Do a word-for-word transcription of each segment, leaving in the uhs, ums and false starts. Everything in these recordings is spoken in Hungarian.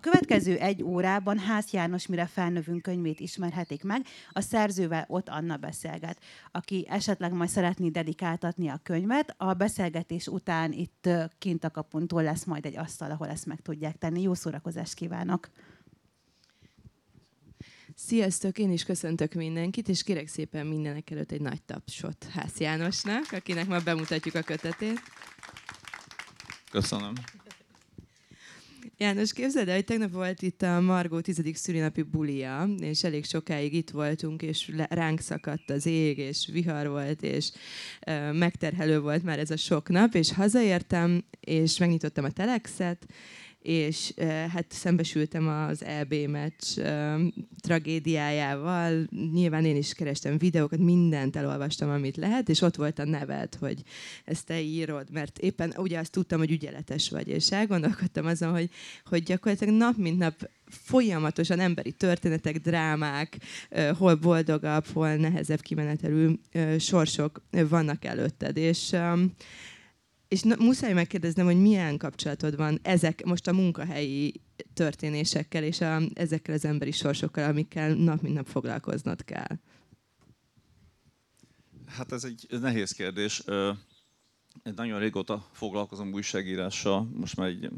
következő egy órában Ház János Mire felnövünk könyvét ismerhetik meg. A szerzővel Ott Anna beszélget, aki esetleg majd szeretné dedikáltatni a könyvet. A beszélgetés után itt kint a kapuntól lesz majd egy asztal, ahol ezt meg tudják tenni. Jó szórakozást kívánok! Sziasztok, én is köszöntök mindenkit, és kérek szépen mindenek előtt egy nagy tapsot Ház Jánosnak, akinek ma bemutatjuk a kötetét. Köszönöm. János, képzeld el, hogy tegnap volt itt a Margó tizedik szülinapi bulia, és elég sokáig itt voltunk, és ránk szakadt az ég, és vihar volt, és uh, megterhelő volt már ez a sok nap, és hazaértem, és megnyitottam a telexet, és uh, hát szembesültem az é bé meccs uh, tragédiájával. Nyilván én is kerestem videókat, mindent elolvastam, amit lehet, és ott volt a neved, hogy ezt te írod, mert éppen ugye azt tudtam, hogy ügyeletes vagy, és elgondolkodtam azon, hogy, hogy gyakorlatilag nap mint nap folyamatosan emberi történetek, drámák, uh, hol boldogabb, hol nehezebb kimenetelű uh, sorsok vannak előtted, és um, És na, muszáj megkérdeznem, hogy milyen kapcsolatod van ezek most a munkahelyi történésekkel és a, ezekkel az emberi sorsokkal, amikkel nap mint nap foglalkoznod kell. Hát ez egy nehéz kérdés. Egy nagyon régóta foglalkozom újságírással, most már egy...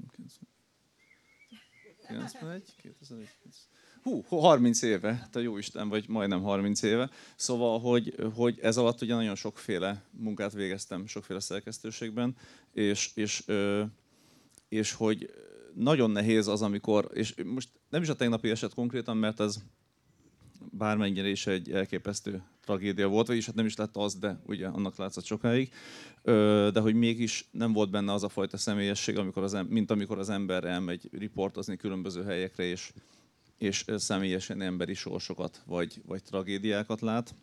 kilencvenegy, kétezer-egy, Hú, harminc éve, te jó Isten, vagy majdnem harminc éve. Szóval, hogy, hogy ez alatt ugye nagyon sokféle munkát végeztem, sokféle szerkesztőségben, és, és, és hogy nagyon nehéz az, amikor, és most nem is a tegnapi eset konkrétan, mert ez bármennyire is egy elképesztő tragédia volt, vagyis hát nem is lett az, de ugye annak látszott sokáig, de hogy mégis nem volt benne az a fajta személyesség, amikor az, mint amikor az ember elmegy riportozni különböző helyekre, és és személyesen emberi sorsokat vagy, vagy tragédiákat lát.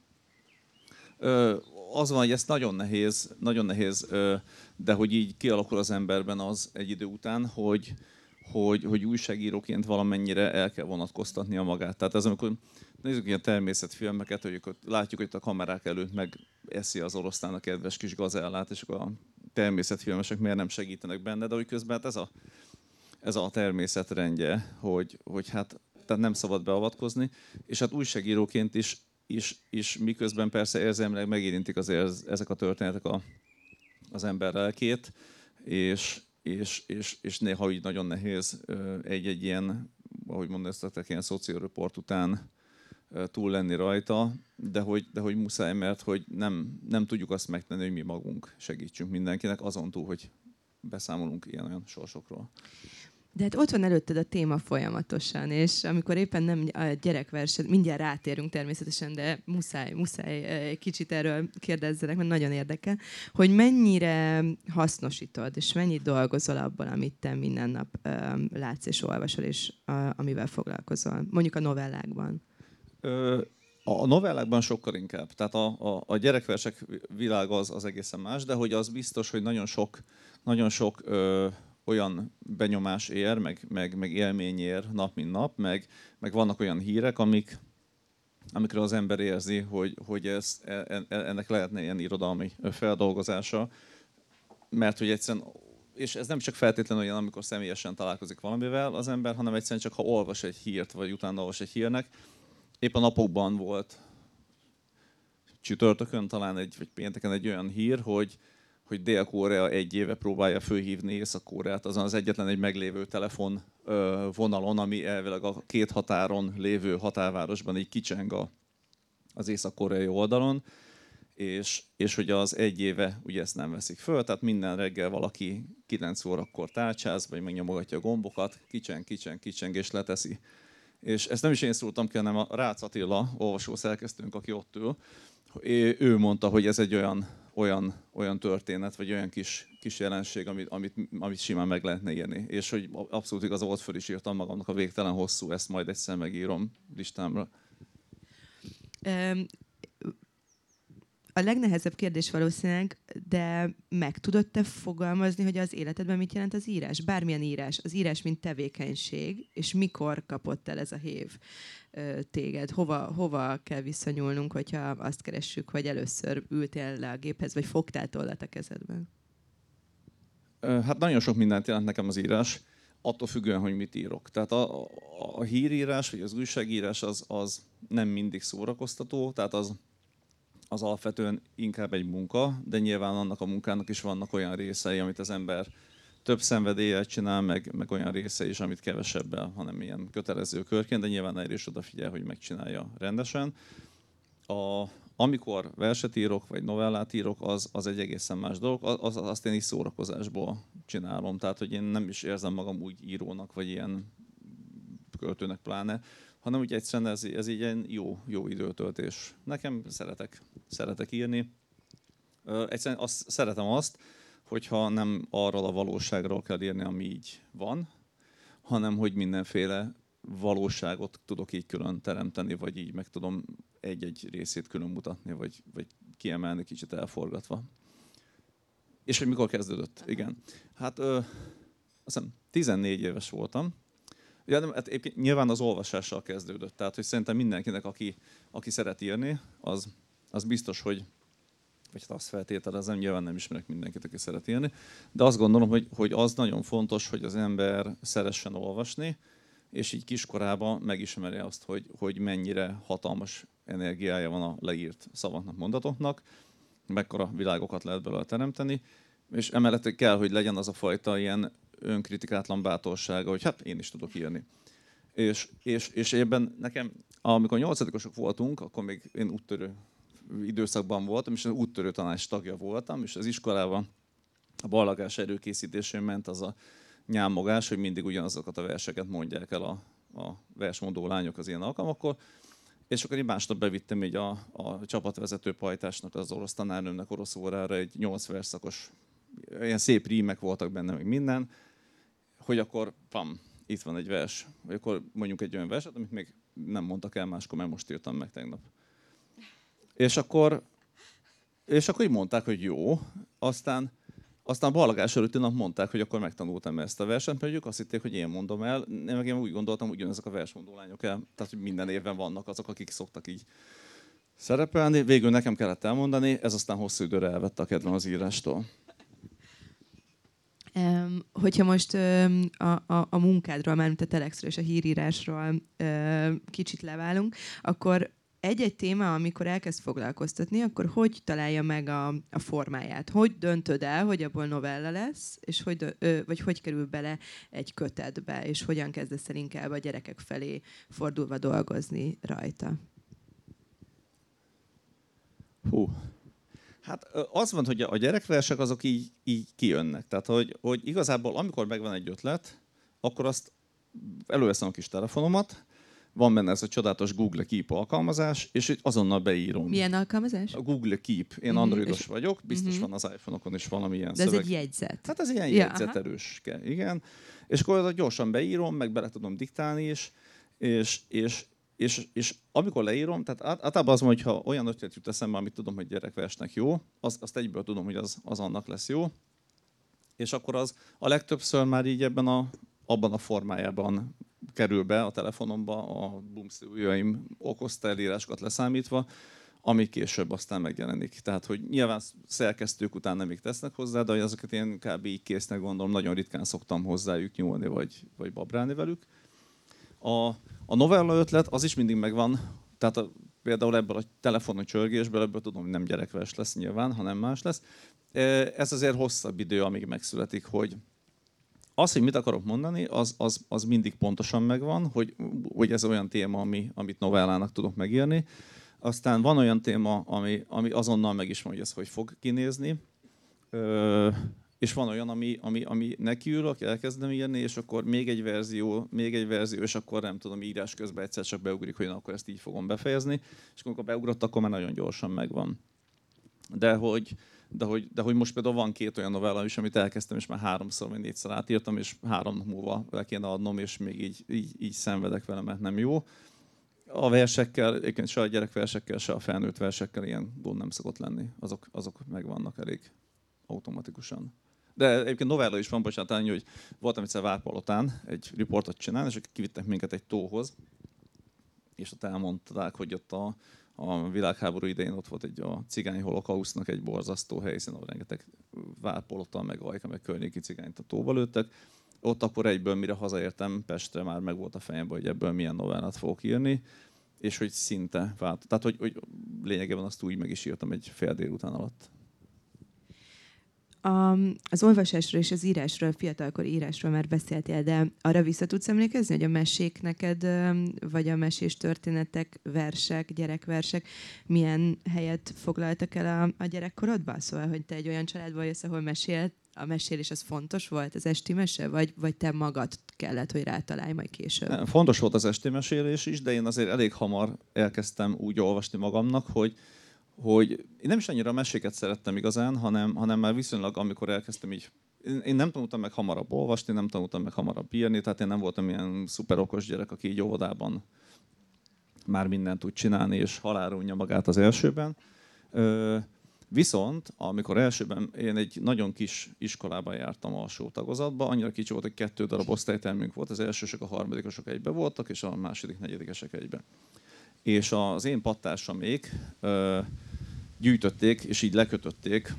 Ö, az van, hogy ez nagyon nehéz, nagyon nehéz, ö, de hogy így kialakul az emberben az egy idő után, hogy, hogy, hogy újságíróként valamennyire el kell vonatkoztatnia magát. Tehát ez amikor nézzük ilyen természetfilmeket, hogy látjuk, hogy a kamerák előtt meg eszi az oroszlán a kedves kis gazellát, és akkor a természetfilmesek miért nem segítenek benne, de hogy közben hát ez a, ez a természet rendje, hogy, hogy hát tehát nem szabad beavatkozni, és hát újságíróként is, is, is miközben persze érzelmileg megérintik azért ezek a történetek a, az ember lelkét, és, és, és, és néha így nagyon nehéz egy-egy ilyen, ahogy mondták, ilyen szocióreport után túl lenni rajta, de hogy, de hogy muszáj, mert hogy nem, nem tudjuk azt megtenni, hogy mi magunk segítsünk mindenkinek, azon túl, hogy beszámolunk ilyen-olyan sorsokról. De hát ott van előtted a téma folyamatosan, és amikor éppen nem a gyerekverset, mindjárt rátérünk természetesen, de muszáj, muszáj egy kicsit erről kérdezzenek, mert nagyon érdekel, hogy mennyire hasznosítod, és mennyit dolgozol abban, amit te minden nap um, látsz és olvasol, és uh, amivel foglalkozol, mondjuk a novellákban. Ö, a novellákban sokkal inkább. Tehát a, a, a gyerekversek világa az, az egészen más, de hogy az biztos, hogy nagyon sok, nagyon sok ö, olyan benyomás ér, meg, meg, meg élmény ér nap, mint nap, meg, meg vannak olyan hírek, amik, amikről az ember érzi, hogy, hogy ez, ennek lehetne ilyen irodalmi feldolgozása, mert hogy egyszerűen, és ez nem csak feltétlenül olyan, amikor személyesen találkozik valamivel az ember, hanem egyszerűen csak ha olvas egy hírt, vagy utána olvas egy hírnek. Épp a napokban volt csütörtökön talán egy, vagy pénteken egy olyan hír, hogy hogy Dél-Korea egy éve próbálja fölhívni Észak-Koreát azon az egyetlen egy meglévő telefon vonalon, ami elvileg a két határon lévő határvárosban így kicseng az észak-koreai oldalon, és, és hogy az egy éve ugye ezt nem veszik föl, tehát minden reggel valaki kilenc órakor tárcsáz, vagy megnyomogatja a gombokat, kicseng, kicseng, kicseng, és leteszi. És ezt nem is én szóltam ki, hanem a Rácz Attila, olvasó szerkesztőnk, aki ott ül, ő mondta, hogy ez egy olyan, olyan, olyan történet, vagy olyan kis, kis jelenség, amit, amit, amit simán meg lehetne írni. És hogy abszolút igaz volt, föl is írtam magamnak a végtelen hosszú, ezt majd egyszer megírom listámra. Um, a legnehezebb kérdés valószínűleg, de meg tudod te fogalmazni, hogy az életedben mit jelent az írás? Bármilyen írás, az írás mint tevékenység, és mikor kapott el ez a hév téged? Hova, hova kell visszanyúlnunk, hogyha azt keressük, hogy először ültél le a géphez, vagy fogtál tollat a kezedben? Hát nagyon sok mindent jelent nekem az írás. attól függően, hogy mit írok. Tehát a, a, a hírírás, vagy az újságírás az, az nem mindig szórakoztató, tehát az, az alapvetően inkább egy munka, de nyilván annak a munkának is vannak olyan részei, amit az ember több szenvedéllyel csinál, meg, meg olyan része is, amit kevesebbel, hanem ilyen kötelező körként, de nyilván erre is odafigyel, hogy megcsinálja rendesen. A, amikor verset írok, vagy novellát írok, az, az egy egészen más dolog, az, azt én is szórakozásból csinálom. Tehát, hogy én nem is érzem magam úgy írónak, vagy ilyen költőnek pláne, hanem úgy egyszerűen ez, ez így egy jó, jó időtöltés. Nekem szeretek, szeretek írni. Egyszerűen azt, szeretem azt, hogyha nem arról a valóságról kell írni, ami így van, hanem hogy mindenféle valóságot tudok így külön teremteni, vagy így meg tudom egy-egy részét külön mutatni, vagy, vagy kiemelni kicsit elforgatva. És hogy mikor kezdődött? Igen. Hát ö, azt hiszem tizennégy éves voltam. Ja, nem, hát épp, nyilván az olvasással kezdődött. Tehát, hogy szerintem mindenkinek, aki, aki szeret írni, az, az biztos, hogy vagy hát azt feltételezem, nyilván nem ismerek mindenkit, aki szeret írni, de azt gondolom, hogy, hogy az nagyon fontos, hogy az ember szeressen olvasni, és így kiskorában megismeri azt, hogy, hogy mennyire hatalmas energiája van a leírt szavaknak, mondatoknak, mekkora világokat lehet belőle teremteni, és emellett kell, hogy legyen az a fajta ilyen önkritikátlan bátorsága, hogy hát én is tudok írni. És, és, és ebben nekem, amikor nyolcadikosok voltunk, akkor még én úttörő időszakban voltam, és az úttörő tanács tagja voltam, és az iskolában a ballagás előkészítésén ment az a nyámogás, hogy mindig ugyanazokat a verseket mondják el a, a versmondó lányok az ilyen alkalmakkor, és akkor én másnap bevittem így a, a csapatvezető pajtásnak, az orosz tanárnőmnek orosz órára egy nyolc versszakos, ilyen szép rímek voltak benne, meg minden, hogy akkor pam, itt van egy vers, vagy akkor mondjuk egy olyan verset, amit még nem mondtak el máskor, mert most írtam meg tegnap. És akkor, és akkor így mondták, hogy jó, aztán, aztán a ballagás előtti nap mondták, hogy akkor megtanultam ezt a verset, mert ők azt hitték, hogy én mondom el, én meg én úgy gondoltam, hogy ugyanezek a versmondó lányok el, tehát hogy minden évben vannak azok, akik szoktak így szerepelni. Végül nekem kellett elmondani, ez aztán hosszú időre elvette a kedvem az írástól. Um, hogyha most um, a, a, a munkádról, mármint a telexről és a hírírásról um, kicsit leválunk, akkor egy-egy téma, amikor elkezd foglalkoztatni, akkor hogy találja meg a, a formáját? Hogy döntöd el, hogy abból novella lesz, és hogy, ö, vagy hogy kerül bele egy kötetbe, és hogyan kezdesz el inkább a gyerekek felé fordulva dolgozni rajta? Hú. Hát az van, hogy a gyerekversek azok így, így kijönnek. Tehát, hogy, hogy igazából amikor megvan egy ötlet, akkor azt előveszem a kis telefonomat, van benne ez a csodálatos Google Keep alkalmazás, és így azonnal beírom. Milyen alkalmazás? A Google Keep. Én uh-huh. androidos vagyok, biztos uh-huh. van az iPhone-okon is valamilyen szöveg. De ez szöveg. egy jegyzet. Hát ez ilyen ja, jegyzeterős kell, igen. És akkor gyorsan beírom, meg bele tudom diktálni is, és, és, és, és amikor leírom, tehát általában az van, hogyha olyan ötlet jut eszembe, amit tudom, hogy gyerekversnek jó, az, azt egyből tudom, hogy az, az annak lesz jó. És akkor az a legtöbbször már így ebben a, abban a formájában kerül be a telefonomba, a bumszli ujjaim okozta elírásokat leszámítva, ami később aztán megjelenik. Tehát, hogy nyilván szerkesztők után nem még tesznek hozzá, de azokat én kb. Így késznek gondolom, nagyon ritkán szoktam hozzájuk nyúlni, vagy, vagy babrálni velük. A, a novella ötlet az is mindig megvan, tehát a, például ebből a telefonon csörgésből, ebből tudom, hogy nem gyerekvers lesz nyilván, hanem más lesz. Ez azért hosszabb idő, amíg megszületik, hogy az, hogy mit akarok mondani, az, az, az mindig pontosan megvan, hogy, hogy ez olyan téma, ami, amit novellának tudok megírni. Aztán van olyan téma, ami, ami azonnal meg is mondja, hogy ez hogy fog kinézni. Ö, és van olyan, ami, ami, ami nekiülök, elkezdem írni, és akkor még egy verzió, még egy verzió, és akkor nem tudom, írás közben egyszer csak beugrik, hogy na, akkor ezt így fogom befejezni. És amikor beugrott, akkor már nagyon gyorsan megvan. De hogy... De hogy, de hogy most például van két olyan novella is, amit elkezdtem, és már háromszor vagy négyszer átírtam, és három nap múlva le kéne adnom, és még így, így, így szenvedek vele, mert nem jó. A versekkel, egyébként se a gyerekversekkel, se a felnőtt versekkel ilyen gond nem szokott lenni. Azok, azok megvannak elég automatikusan. De egyébként novella is van, bocsánat, annyi, hogy voltam egyszer Várpalotán egy riportot csinálni, és kivittek minket egy tóhoz, és ott elmondták, hogy ott a A világháború idején ott volt egy a cigány holokausznak egy borzasztó helyszín, ahol rengeteg várpolottal, meg ajka, meg környéki cigányt a tóba lőttek. ott akkor egyből, mire hazaértem Pestre, már meg volt a fejemben, hogy ebből milyen novellát fogok írni, és hogy szinte vált. Tehát, hogy, hogy lényegében azt úgy meg is írtam egy fél délután alatt. A, az olvasásról és az írásról, fiatalkor írásról már beszéltél, de arra vissza tudsz emlékezni, hogy a mesék neked, vagy a mesés történetek, versek, gyerekversek milyen helyet foglaltak el a, a gyerekkorodban? Szóval, hogy te egy olyan családból jössz, ahol mesél, a mesélés az fontos volt, az esti mese, vagy, vagy te magad kellett, hogy rátalálj majd később? Nem, fontos volt az esti mesélés is, de én azért elég hamar elkezdtem úgy olvasni magamnak, hogy hogy én nem is annyira a meséket szerettem igazán, hanem, hanem már viszonylag, amikor elkezdtem így, én, én nem tanultam meg hamarabb olvasni, nem tanultam meg hamarabb írni, tehát én nem voltam ilyen szuper okos gyerek, aki így óvodában már mindent tud csinálni, és halálra unja magát az elsőben. Ö, viszont, amikor elsőben én egy nagyon kis iskolában jártam alsó tagozatba, annyira kicsi volt, hogy kettő darab osztálytermünk volt, az elsősök, a harmadikosok egybe voltak, és a második, negyedikesek egybe. És az én pattársamék ö, gyűjtötték, és így lekötötték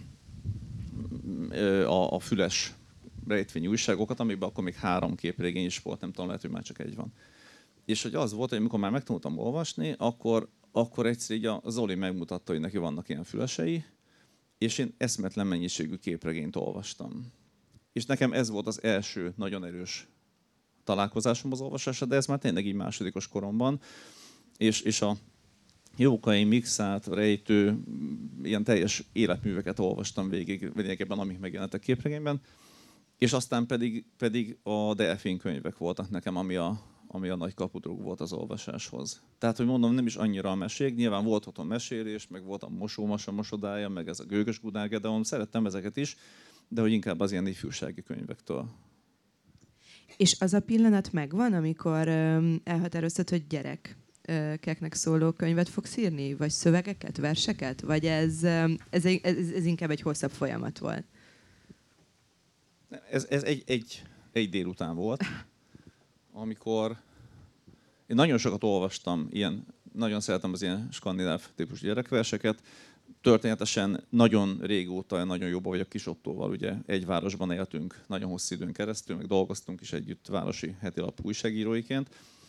ö, a, a füles rejtvényi újságokat, amikben akkor még három képregény is volt, nem tudom, lehet, hogy már csak egy van. És hogy az volt, hogy amikor már megtanultam olvasni, akkor, akkor egyszer így a Zoli megmutatta, hogy neki vannak ilyen fülesei, és én eszmetlen mennyiségű képregényt olvastam. És nekem ez volt az első nagyon erős találkozásom az olvasásra, de ez már tényleg így másodikos koromban. És, és a Jókai, Mixát, Rejtő, ilyen teljes életműveket olvastam végig, lényegében amik megjelentek képregényben, és aztán pedig, pedig a delfin könyvek voltak nekem, ami a, ami a nagy kapudrug volt az olvasáshoz. Tehát, hogy mondom, nem is annyira a mesék, nyilván volt otthon mesélés, meg volt a Mosó-Masa mosodája, meg ez a Gőgös Gunár Gedeon, szerettem ezeket is, de hogy inkább az ilyen ifjúsági könyvektől. És az a pillanat megvan, amikor elhatároztad, hogy gyerek keknek szóló könyvet fogsz írni? Vagy szövegeket, verseket? Vagy ez, ez, ez, ez inkább egy hosszabb folyamat volt? Ez, ez egy, egy, egy délután volt, amikor én nagyon sokat olvastam, ilyen, nagyon szeretem az ilyen skandináv típusú gyerekverseket. Történetesen nagyon régóta, nagyon jobban vagyok Kis Ottóval, ugye egy városban éltünk nagyon hosszú időn keresztül, meg dolgoztunk is együtt városi hetilap újságíróiként.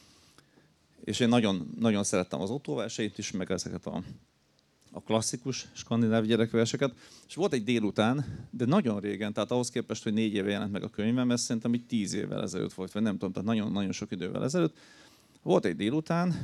És én nagyon, nagyon szerettem az Ottó verseit is, meg ezeket a, a klasszikus skandináv gyerekverseket. És volt egy délután, de nagyon régen, tehát ahhoz képest, hogy négy éve jelent meg a könyvem, ez szerintem így tíz évvel ezelőtt volt, vagy nem tudom, tehát nagyon-nagyon sok idővel ezelőtt. Volt egy délután,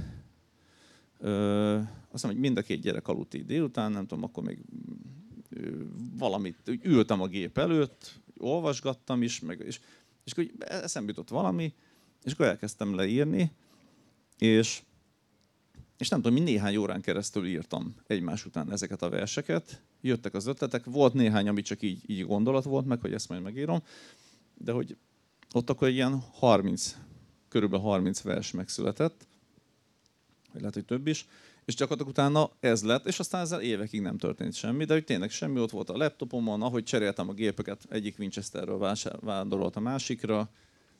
ö, azt hiszem, hogy mind a két gyerek aludt így délután, nem tudom, akkor még ö, valamit, ültem a gép előtt, olvasgattam is, meg, és, és akkor eszembe jutott valami, és akkor elkezdtem leírni, És, és nem tudom, mi néhány órán keresztül írtam egymás után ezeket a verseket. Jöttek az ötletek, volt néhány, ami csak így, így gondolat volt meg, hogy ezt majd megírom, de hogy ott akkor ilyen harminc, körülbelül harminc vers megszületett, vagy lehet, hogy több is, és gyakorlatilag utána ez lett, és aztán ezzel évekig nem történt semmi, de hogy tényleg semmi, ott volt a laptopomon, ahogy cseréltem a gépeket, egyik Winchesterről vándorolt a másikra,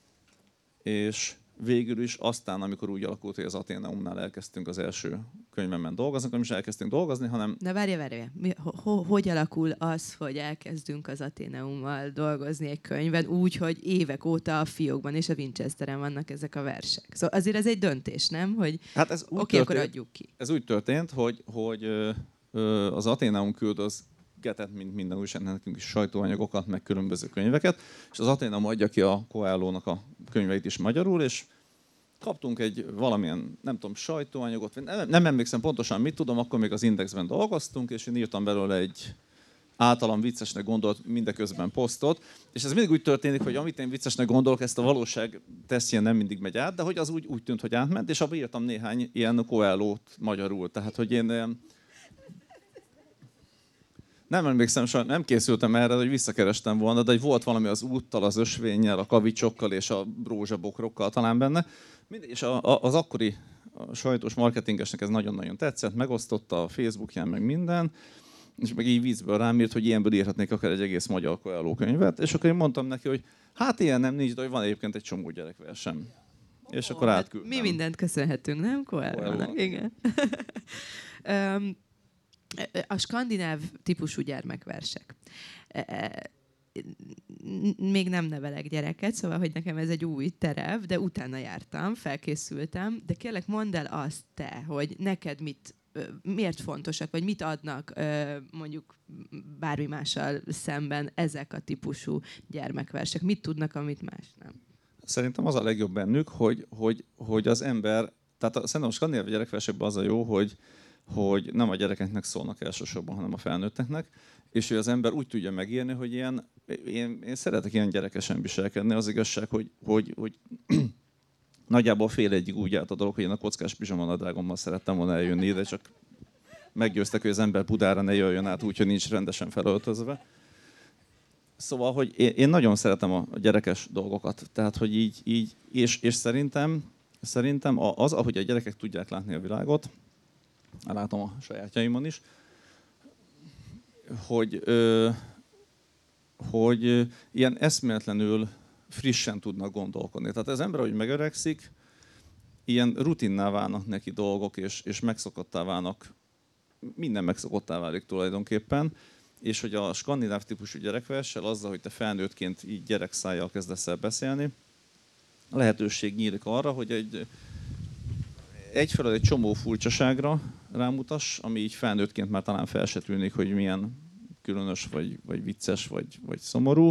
és végül is aztán, amikor úgy alakult, hogy az Athenaeumnál elkezdtünk az első könyvemben dolgozni, nem is elkezdtünk dolgozni, hanem... Na várj, várj, hogy alakul az, hogy elkezdünk az Athenaeummal dolgozni egy könyvben, úgy, hogy évek óta a fiókban és a Winchesteren vannak ezek a versek. Szóval azért ez egy döntés, nem? Hogy hát ez úgy oké, történt, akkor adjuk ki. Ez úgy történt, hogy, hogy ö, ö, az Athenaeum küldöz getett, mint minden újságnak, nekünk is sajtóanyagokat, meg különböző könyveket, és az Athenaeum adja ki a Coelho-nak a könyveit is magyarul, és kaptunk egy valamilyen, nem tudom, sajtóanyagot, nem, nem emlékszem pontosan, mit tudom, akkor még az Indexben dolgoztunk, és én írtam belőle egy általam viccesnek gondolt, mindeközben posztot, és ez mindig úgy történik, hogy amit én viccesnek gondolok, ezt a valóság tesztjén nem mindig megy át, de hogy az úgy, úgy tűnt, hogy átment, és abban írtam néhány ilyen Coelho-t magyarul, tehát hogy én nem emlékszem, nem készültem erre, hogy visszakerestem volna, de volt valami az úttal, az ösvénnyel, a kavicsokkal és a rózsabokrokkal talán benne. És a, a, az akkori a sajtós marketingesnek ez nagyon-nagyon tetszett, megosztotta a Facebookján, meg minden, és meg így vízből rám írt, hogy ilyenből írhatnék akár egy egész magyar Coelho könyvet, és akkor én mondtam neki, hogy hát ilyen nem nincs, de hogy van egyébként egy csomó gyerekversem. És oh, akkor átküldtem. Mi mindent köszönhetünk, nem? Coelho-nak, igen. um, A skandináv típusú gyermekversek. még nem nevelek gyereket, szóval, hogy nekem ez egy új terv, de utána jártam, felkészültem, de kérlek, mondd el azt te, hogy neked mit, miért fontosak, vagy mit adnak mondjuk bármi mással szemben ezek a típusú gyermekversek? Mit tudnak, amit más nem? Szerintem az a legjobb bennük, hogy, hogy, hogy az ember, tehát a, szerintem a skandináv gyerekversekben az a jó, hogy, hogy nem a gyerekeknek szólnak elsősorban, hanem a felnőtteknek, és hogy az ember úgy tudja megírni, hogy ilyen, én, én szeretek ilyen gyerekesen viselkedni, az igazság, hogy, hogy, hogy nagyjából fél egyig úgy állt a dolog, hogy én a kockás pizsamanadrágommal szerettem volna eljönni ide, csak meggyőztek, hogy az ember Budára ne jöjjön át úgy, hogy nincs rendesen felöltözve. Szóval, hogy én, én nagyon szeretem a gyerekes dolgokat, tehát, hogy így, így és, és szerintem, szerintem az, ahogy a gyerekek tudják látni a világot, látom a sajátjaimon is, hogy, ö, hogy ö, ilyen eszméletlenül frissen tudnak gondolkodni. Tehát az ember, ahogy megöregszik, ilyen rutinná válnak neki dolgok, és, és megszokottá válnak, minden megszokottá válik tulajdonképpen, és hogy a skandináv típusú gyerekverssel azzal, hogy te felnőttként így gyerekszájjal kezdesz el beszélni, lehetőség nyílik arra, hogy egy, egyfelől egy csomó furcsaságra rámutass, ami így felnőttként már talán fel se tűnik, hogy milyen különös, vagy, vagy vicces, vagy, vagy szomorú.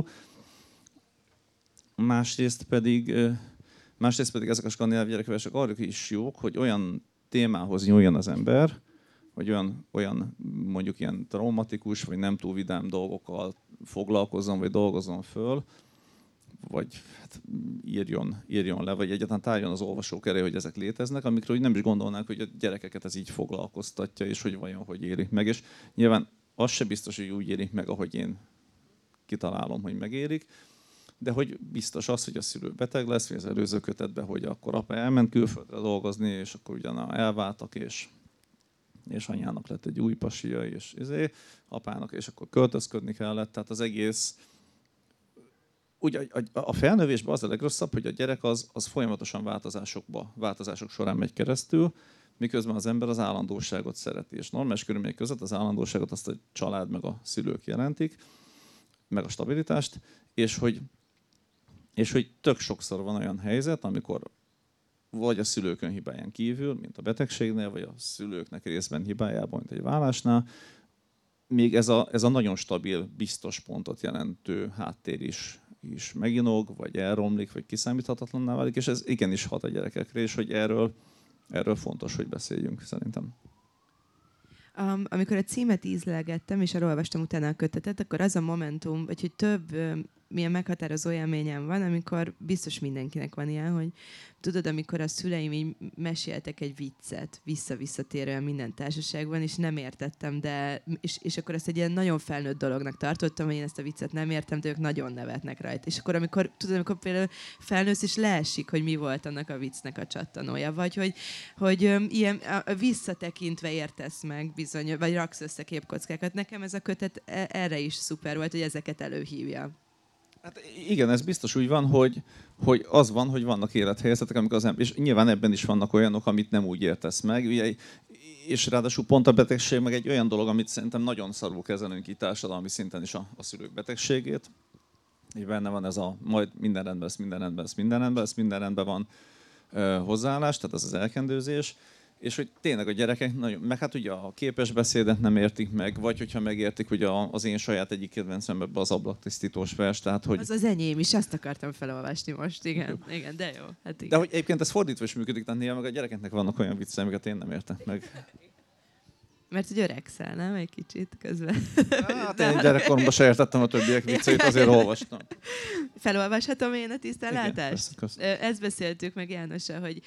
Másrészt pedig, másrészt pedig ezek a skandináv gyerekversek arra is jók, hogy olyan témához nyúljon az ember, vagy olyan, olyan mondjuk ilyen traumatikus, vagy nem túl vidám dolgokkal foglalkozzon, vagy dolgozzon föl, vagy hát írjon, írjon le, vagy egyáltalán tárjon az olvasók elé, hogy ezek léteznek, amikről úgy nem is gondolnánk, hogy a gyerekeket ez így foglalkoztatja, és hogy vajon hogy élik meg. És nyilván az se biztos, hogy úgy élik meg, ahogy én kitalálom, hogy megérik, de hogy biztos az, hogy a szülő beteg lesz, vagy az előző kötetben, hogy akkor apa elment külföldre dolgozni, és akkor ugyan elváltak, és, és anyának lett egy új pasia, és izé, apának, és akkor költözködni kellett. Tehát az egész... Ugye a felnövésben az a legrosszabb, hogy a gyerek az, az folyamatosan változásokba, változások során megy keresztül, miközben az ember az állandóságot szereti. És normális körülmények között az állandóságot azt a család meg a szülők jelentik, meg a stabilitást, és hogy, és hogy tök sokszor van olyan helyzet, amikor vagy a szülőkön hibáján kívül, mint a betegségnél, vagy a szülőknek részben hibájában, mint egy vállásnál, még ez a, ez a nagyon stabil, biztos pontot jelentő háttér is, is meginog, vagy elromlik, vagy kiszámíthatatlanná válik, és ez igenis hat a gyerekekre, és hogy erről, erről fontos, hogy beszéljünk, szerintem. Um, amikor a címet ízlelgettem, és arról olvastam utána a kötetet, akkor az a momentum, vagy hogy több um, milyen meghatározó élményem van, amikor biztos mindenkinek van ilyen, hogy tudod, amikor a szüleim így meséltek egy viccet, vissza-visszatérően minden társaságban, és nem értettem, de és, és akkor ezt egy ilyen nagyon felnőtt dolognak tartottam, hogy én ezt a viccet nem értem, de ők nagyon nevetnek rajta. És akkor, amikor, tudod, amikor például felnősz, és leesik, hogy mi volt annak a viccnek a csattanója, vagy hogy, hogy um, ilyen a, a visszatekintve értesz meg bizony, vagy raksz össze képkockákat. Nekem ez a kötet erre is szuper volt, hogy ezeket előhívja. Hát igen, ez biztos úgy van, hogy, hogy az van, hogy vannak élethelyzetek, amik az ember, és nyilván ebben is vannak olyanok, amit nem úgy értesz meg, ugye, és ráadásul pont a betegség meg egy olyan dolog, amit szerintem nagyon szarul kezelünk itt társadalmi szinten is a, a szülők betegségét. Így benne van ez a majd minden rendben lesz, minden rendben lesz, minden rendben lesz, minden rendben van ö, hozzáállás, tehát ez az elkendőzés. És hogy tényleg a gyerekek, nagyon, meg hát ugye a képes beszédet nem értik meg, vagy hogyha megértik, hogy a, az én saját egyik kedvencem ebben az ablaktisztítós vers, tehát hogy... Az az enyém is, azt akartam felolvasni most, igen, jó. igen, de jó. Hát igen. De hogy egyébként ez fordítva is működik, tehát néha meg a gyerekeknek vannak olyan viccek, amiket én nem értek meg. Mert hogy öregszel, nem? Egy kicsit közben. Hát én gyerekkoromban se értettem a többiek vicceit, azért olvastam. Felolvashatom én a tisztánlátást? Igen, persze, ezt beszéltük meg Jánossal, hogy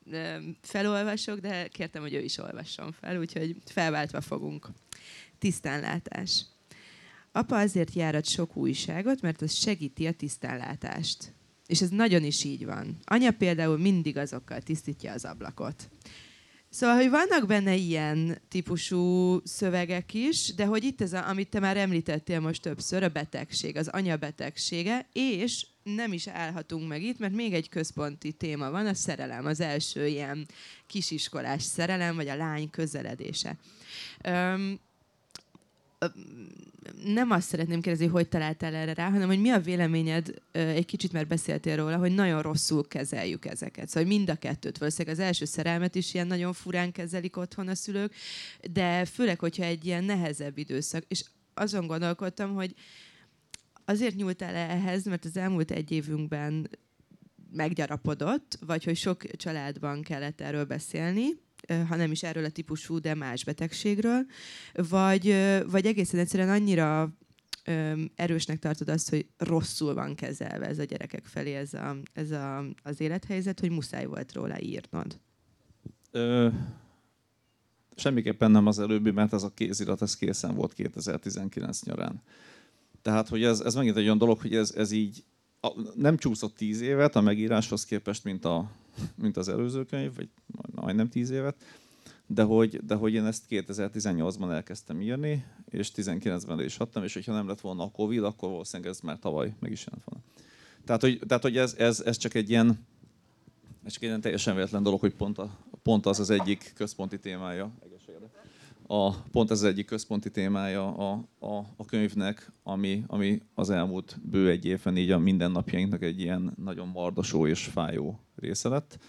felolvasok, de kértem, hogy ő is olvasson fel, úgyhogy felváltva fogunk. Tisztánlátás. Apa azért járat sok újságot, mert az segíti a tisztánlátást. És ez nagyon is így van. Anya például mindig azokkal tisztítja az ablakot. Szóval, hogy vannak benne ilyen típusú szövegek is, de hogy itt ez, a, amit te már említettél most többször, a betegség, az anya betegsége, és nem is állhatunk meg itt, mert még egy központi téma van, a szerelem, az első ilyen kisiskolás szerelem, vagy a lány közeledése. Öm, nem azt szeretném kérdezni, hogy találtál erre rá, hanem hogy mi a véleményed, egy kicsit már beszéltél róla, hogy nagyon rosszul kezeljük ezeket. Szóval mind a kettőt. Valószínűleg az első szerelmet is ilyen nagyon furán kezelik otthon a szülők, de főleg, hogyha egy ilyen nehezebb időszak. És azon gondolkodtam, hogy azért nyúltál el ehhez, mert az elmúlt egy évünkben meggyarapodott, vagy hogy sok családban kellett erről beszélni, ha nem is erről a típusú, de más betegségről, vagy, vagy egészen egyszerűen annyira erősnek tartod azt, hogy rosszul van kezelve ez a gyerekek felé ez, a, ez a, az élethelyzet, hogy muszáj volt róla írnod? Ö, semmiképpen nem az előbbi, mert ez a kézirat, ez készen volt kétezer-tizenkilenc nyarán. Tehát, hogy ez, ez megint egy olyan dolog, hogy ez, ez így a, nem csúszott tíz évet a megíráshoz képest, mint, a, mint az előző könyv, vagy majdnem tíz évet, de hogy, de hogy én ezt kétezer-tizennyolcban elkezdtem írni, és tizenkilencben is adtam, és hogyha nem lett volna a Covid, akkor valószínűleg ez már tavaly meg is jelent volna. Tehát, hogy, tehát, hogy ez, ez, ez csak egy ilyen, ez csak egy ilyen teljesen véletlen dolog, hogy pont, a, pont az az egyik központi témája, a, pont ez az egyik központi témája a, a, a könyvnek, ami, ami az elmúlt bő egy évben így a mindennapjainknak egy ilyen nagyon mardosó és fájó része lett.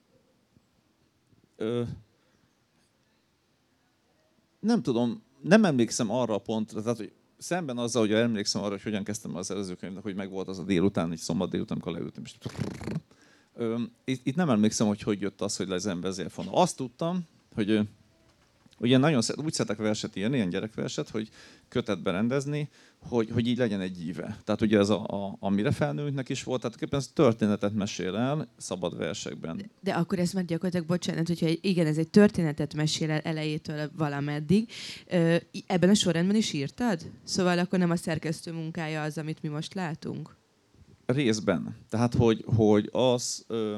Ö, nem tudom, nem emlékszem arra a pontra, tehát hogy szemben azzal, hogy emlékszem arra, hogy hogyan kezdtem az előző könyvnek, hogy megvolt az a délután, egy szombat délután, amikor leültem, és ö, itt, itt nem emlékszem, hogy hogy jött az, hogy le az ember ezért van. Azt tudtam, hogy ugye nagyon szeret, úgy szeretek verset írni, ilyen gyerekverset, hogy kötetbe rendezni, hogy, hogy így legyen egy íve. Tehát ugye ez a, a, amire felnőttnek is volt, tehát éppen ez történetet mesél el szabad versekben. De, de akkor ez már gyakorlatilag, bocsánat, hogyha igen, ez egy történetet mesél el elejétől valameddig. Ebben a sorrendben is írtad? Szóval akkor nem a szerkesztő munkája az, amit mi most látunk? Részben. Tehát, hogy, hogy az... Ö,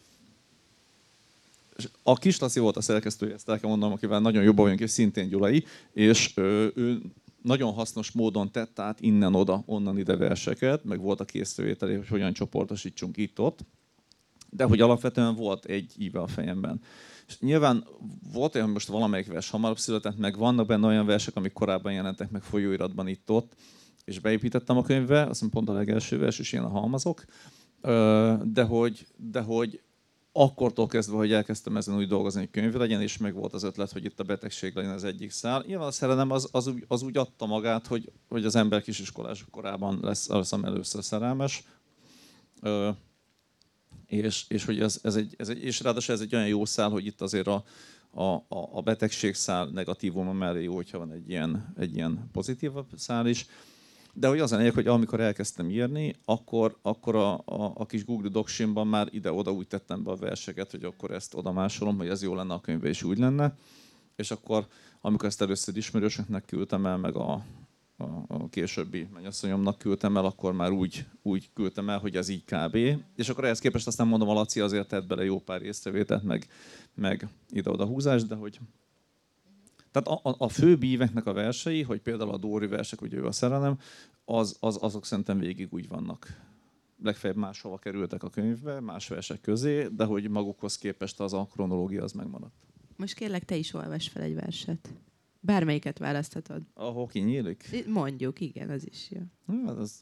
a Kislassi volt a szerkesztője, ezt el kell mondanom, akivel nagyon jobban vagyunk, és szintén Gyulai, és ö, ő nagyon hasznos módon tett át innen-oda, onnan ide verseket, meg volt a készítővételé, hogy hogyan csoportosítsunk itt-ott, de hogy alapvetően volt egy íve a fejemben. És nyilván volt olyan, hogy most valamelyik vers hamarabb született, meg vannak benne olyan versek, amik korábban jelentek meg folyóiratban itt-ott, és beépítettem a könyvbe, azt mondom, pont a legelső vers is ilyen a halmazok, ö, de hogy, de hogy akkortól kezdve, hogy elkezdtem ezen úgy dolgozni, hogy könyv legyen, és meg volt az ötlet, hogy itt a betegség legyen az egyik szál. Nyilván a szerelem az, az, úgy, az úgy adta magát, hogy, hogy az ember kisiskolás korában lesz, leszem először szerelmes. Ö, és, és hogy ez, ez, egy, ez egy, és ráadásul ez egy olyan jó szál, hogy itt azért a, a, a betegség szál negatívuma mellé jó, hogyha van egy ilyen, egy ilyen pozitívabb szál is. De hogy az a lényeg, hogy amikor elkezdtem írni, akkor, akkor a, a, a kis Google Docsimban már ide-oda úgy tettem be a verseket, hogy akkor ezt oda másolom, hogy ez jó lenne a könyvben, és úgy lenne. És akkor, amikor ezt először ismerősöknek küldtem el, meg a, a, a későbbi mennyasszonyomnak küldtem el, akkor már úgy, úgy küldtem el, hogy ez így kb. És akkor ehhez képest aztán mondom, a Laci azért tett bele jó pár észrevételt, meg, meg ide-oda húzást, de hogy... Tehát a, a, a fő bíveknek a versei, hogy például a Dóri versek, ugye ő a szerelem, az, az, azok szerintem végig úgy vannak. Legfeljebb máshova kerültek a könyvbe, más versek közé, de hogy magukhoz képest az a kronológia az megmaradt. Most kérlek, te is olvasd fel egy verset. Bármelyiket választhatod. Ahol kinyílik? Mondjuk, igen, az is jó. Hát az...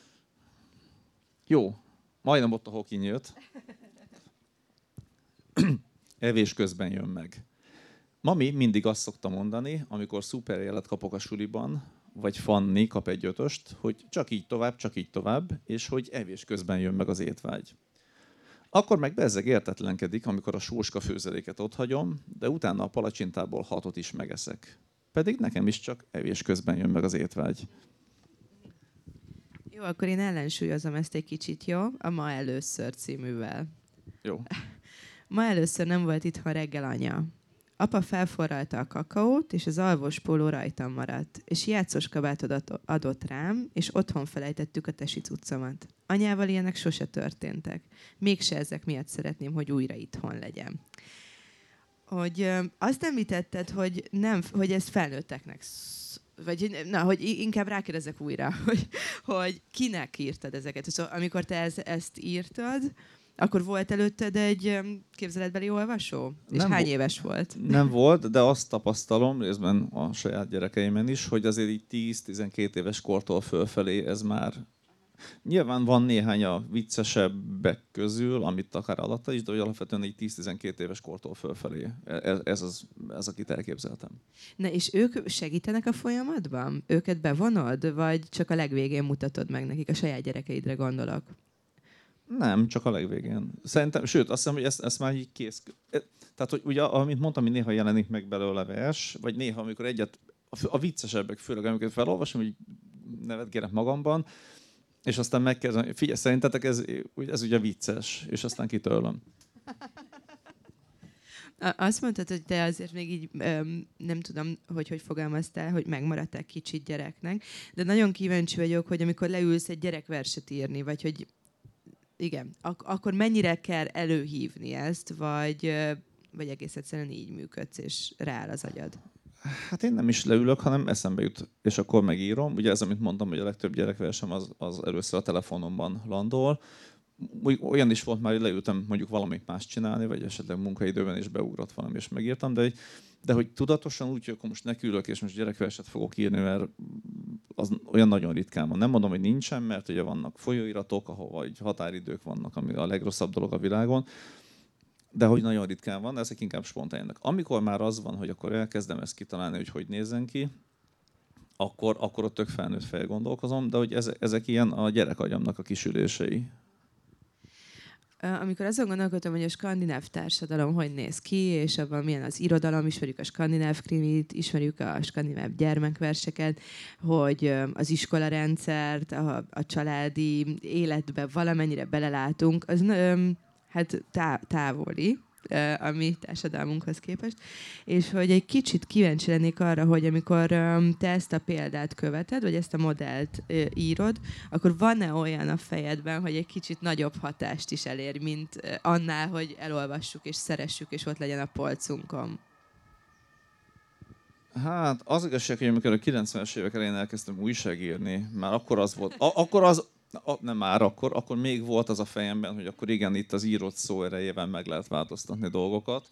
Jó, majdnem ott a hoki nyílt. Evés közben jön meg. Mami mindig azt szokta mondani, amikor szuperjelet kapok a suliban, vagy Fanni kap egy ötöst, hogy csak így tovább, csak így tovább, és hogy evés közben jön meg az étvágy. Akkor meg bezzeg értetlenkedik, amikor a sóska főzeléket otthagyom, de utána a palacsintából hatot is megeszek. Pedig nekem is csak evés közben jön meg az étvágy. Jó, akkor én ellensúlyozom ezt egy kicsit, jó? A Ma először cíművel. Jó. Ma először nem volt itthon reggel anya. Apa felforralta a kakaót, és az alvos póló rajtam maradt, és játszós kabátot adott rám, és otthon felejtettük a tesi cuccomat. Anyával ilyenek sose történtek. Mégse ezek miatt szeretném, hogy újra itthon legyen. Hogy ö, azt említetted, hogy, nem, hogy ez felnőtteknek, vagy na, hogy inkább rákérdezek újra, hogy, hogy kinek írtad ezeket. Szóval amikor te ez, ezt írtad, Akkor volt előtted egy öm, képzeletbeli olvasó? És Nem hány vo- éves volt? Nem volt, de azt tapasztalom, részben a saját gyerekeimen is, hogy azért így tíz-tizenkét éves kortól fölfelé ez már... Nyilván van néhány a viccesebbek közül, amit akár alatta is, de hogy alapvetően így tíz-tizenkét éves kortól fölfelé. Ez, ez, az, ez akit elképzeltem. Na és ők segítenek a folyamatban? Őket bevonod, vagy csak a legvégén mutatod meg nekik? A saját gyerekeidre gondolok. Nem, csak a legvégén. Szerintem, sőt, azt hiszem, hogy ezt, ezt már így kész. Tehát, hogy ugye, amit mondtam, hogy néha jelenik meg belőle vers, vagy néha, amikor egyet, a viccesebbek, főleg amiket felolvasom, hogy nevetgélek magamban, és aztán megkérdezem, figyelj, szerintetek ez, ez ugye vicces, és aztán kitörlöm. Azt mondtad, hogy te azért még így öm, nem tudom, hogy hogy fogalmaztál, hogy megmaradtál kicsit gyereknek, de nagyon kíváncsi vagyok, hogy amikor leülsz egy gyerekverset írni, vagy hogy igen, ak- akkor mennyire kell előhívni ezt, vagy, vagy egész egyszerűen így működsz, és rááll az agyad? Hát én nem is leülök, hanem eszembe jut, és akkor megírom. Ugye ez, amit mondtam, hogy a legtöbb gyerekversem az, az először a telefonomban landol. Olyan is volt már, hogy leültem mondjuk valamit más csinálni, vagy esetleg munkaidőben is beugrott valami, és megírtam, de, de hogy tudatosan úgy, hogy akkor most nekiülök, és most gyerekverset fogok írni, mert az olyan nagyon ritkán van. Nem mondom, hogy nincsen, mert ugye vannak folyóiratok, ahol vagy határidők vannak, ami a legrosszabb dolog a világon, de hogy nagyon ritkán van, ezek inkább spontánnak. Amikor már az van, hogy akkor elkezdem ezt kitalálni, hogy hogy nézzen ki, akkor, akkor ott tök felnőtt fel gondolkozom, de hogy ezek, ezek ilyen a gyerekagyamnak a kisülései. Amikor azon gondolkodtam, hogy a skandináv társadalom hogy néz ki, és abban milyen az irodalom, ismerjük a skandináv krimit, ismerjük a skandináv gyermekverseket, hogy az iskolarendszert, a, a családi életbe valamennyire belelátunk, az hát tá- távoli a mi társadalmunkhoz képest, és hogy egy kicsit kíváncsi lennék arra, hogy amikor te ezt a példát követed, vagy ezt a modellt írod, akkor van-e olyan a fejedben, hogy egy kicsit nagyobb hatást is elér, mint annál, hogy elolvassuk és szeressük, és ott legyen a polcunkon? Hát az igazság, hogy amikor a kilencvenes évek elején elkezdtem újságírni, már akkor az volt, a- akkor az, a, nem már akkor, akkor még volt az a fejemben, hogy akkor igen, itt az írott szó erejével meg lehet változtatni dolgokat.